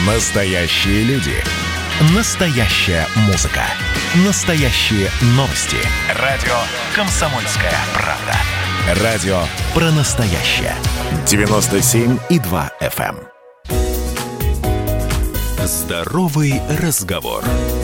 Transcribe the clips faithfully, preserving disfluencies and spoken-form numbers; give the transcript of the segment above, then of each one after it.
Настоящие люди. Настоящая музыка. Настоящие новости. Радио «Комсомольская правда». Радио про настоящее. девяносто семь и два эф эм. Здоровый разговор.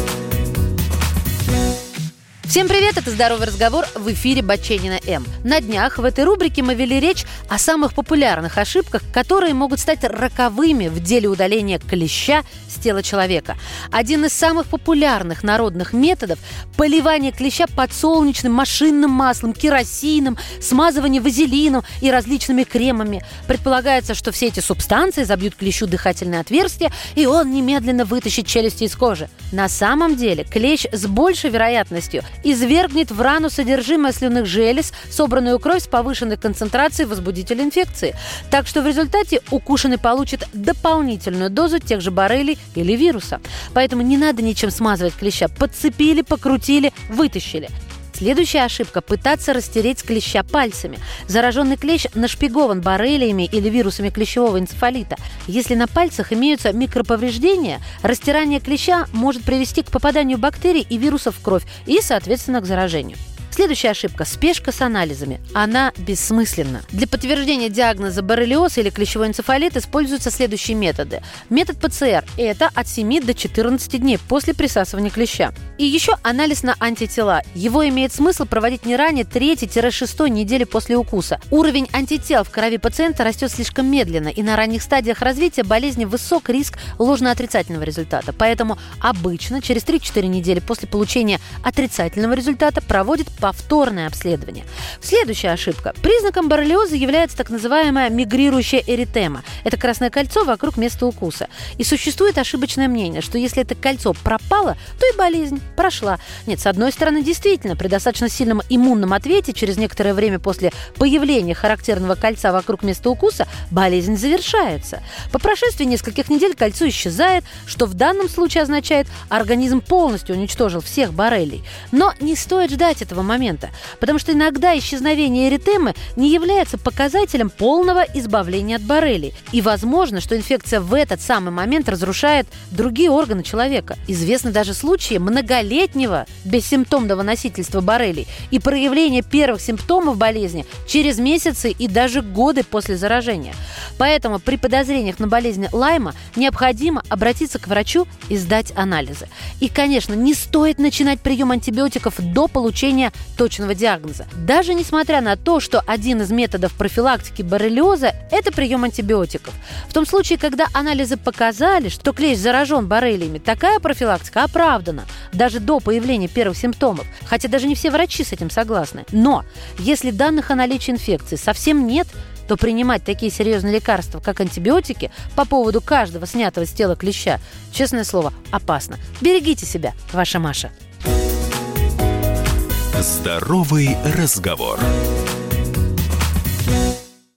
Всем привет, это «Здоровый разговор», в эфире Баченина М. На днях в этой рубрике мы вели речь о самых популярных ошибках, которые могут стать роковыми в деле удаления клеща с тела человека. Один из самых популярных народных методов – поливание клеща подсолнечным, машинным маслом, керосином, смазывание вазелином и различными кремами. Предполагается, что все эти субстанции забьют клещу дыхательное отверстие, и он немедленно вытащит челюсти из кожи. На самом деле клещ с большей вероятностью извергнет в рану содержимое слюнных желез, собранную кровь с повышенной концентрацией возбудителя инфекции. Так что в результате укушенный получит дополнительную дозу тех же боррелий или вируса. Поэтому не надо ничем смазывать клеща. Подцепили, покрутили, вытащили. Следующая ошибка – пытаться растереть клеща пальцами. Зараженный клещ нашпигован боррелиями или вирусами клещевого энцефалита. Если на пальцах имеются микроповреждения, растирание клеща может привести к попаданию бактерий и вирусов в кровь и, соответственно, к заражению. Следующая ошибка – спешка с анализами. Она бессмысленна. Для подтверждения диагноза боррелиоз или клещевой энцефалит используются следующие методы. Метод пэ цэ эр – это от семи до четырнадцати дней после присасывания клеща. И еще анализ на антитела. Его имеет смысл проводить не ранее третьей-шестой недели после укуса. Уровень антител в крови пациента растет слишком медленно, и на ранних стадиях развития болезни высок риск ложноотрицательного результата. Поэтому обычно через три-четыре недели после получения отрицательного результата проводят повторное обследование. Следующая ошибка. Признаком боррелиоза является так называемая мигрирующая эритема. Это красное кольцо вокруг места укуса. И существует ошибочное мнение, что если это кольцо пропало, то и болезнь прошла. Нет, с одной стороны, действительно, при достаточно сильном иммунном ответе через некоторое время после появления характерного кольца вокруг места укуса болезнь завершается. По прошествии нескольких недель кольцо исчезает, что в данном случае означает, организм полностью уничтожил всех боррелий. Но не стоит ждать этого момента, потому что иногда исчезновение эритемы не является показателем полного избавления от боррелий. И возможно, что инфекция в этот самый момент разрушает другие органы человека. Известны даже случаи многолетнего бессимптомного носительства боррелий и проявления первых симптомов болезни через месяцы и даже годы после заражения. Поэтому при подозрениях на болезнь Лайма необходимо обратиться к врачу и сдать анализы. И, конечно, не стоит начинать прием антибиотиков до получения точного диагноза. Даже несмотря на то, что один из методов профилактики боррелиоза – это прием антибиотиков. В том случае, когда анализы показали, что клещ заражен боррелиями, такая профилактика оправдана даже до появления первых симптомов, хотя даже не все врачи с этим согласны. Но если данных о наличии инфекции совсем нет, то принимать такие серьезные лекарства, как антибиотики, по поводу каждого снятого с тела клеща, честное слово, опасно. Берегите себя, ваша Маша. Здоровый разговор.